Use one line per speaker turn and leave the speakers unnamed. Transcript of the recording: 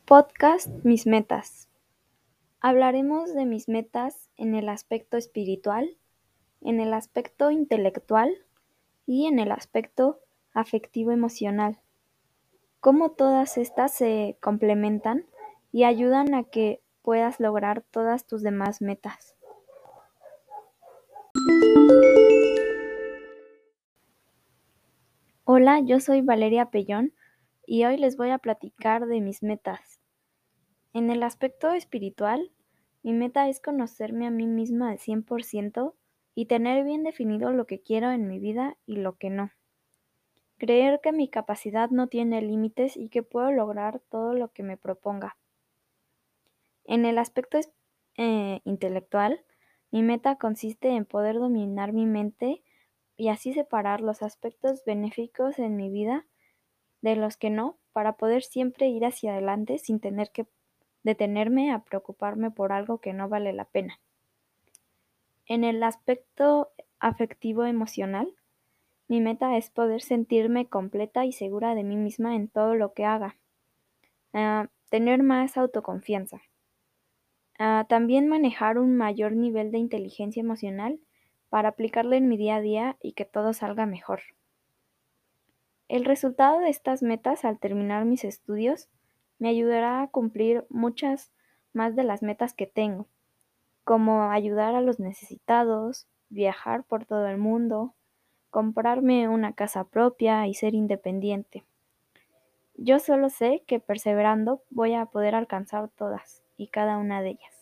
Podcast Mis Metas. Hablaremos de mis metas en el aspecto espiritual, en el aspecto intelectual y en el aspecto afectivo-emocional. Cómo todas estas se complementan y ayudan a que puedas lograr todas tus demás metas. Hola, yo soy Valeria Pellón y hoy les voy a platicar de mis metas. En el aspecto espiritual, mi meta es conocerme a mí misma al 100% y tener bien definido lo que quiero en mi vida y lo que no. Creer que mi capacidad no tiene límites y que puedo lograr todo lo que me proponga. En el aspecto intelectual, mi meta consiste en poder dominar mi mente y así separar los aspectos benéficos en mi vida de los que no, para poder siempre ir hacia adelante sin tener que detenerme a preocuparme por algo que no vale la pena. En el aspecto afectivo-emocional, mi meta es poder sentirme completa y segura de mí misma en todo lo que haga. Tener más autoconfianza. También manejar un mayor nivel de inteligencia emocional para aplicarlo en mi día a día y que todo salga mejor. El resultado de estas metas al terminar mis estudios me ayudará a cumplir muchas más de las metas que tengo, como ayudar a los necesitados, viajar por todo el mundo, comprarme una casa propia y ser independiente. Yo solo sé que perseverando voy a poder alcanzar todas y cada una de ellas.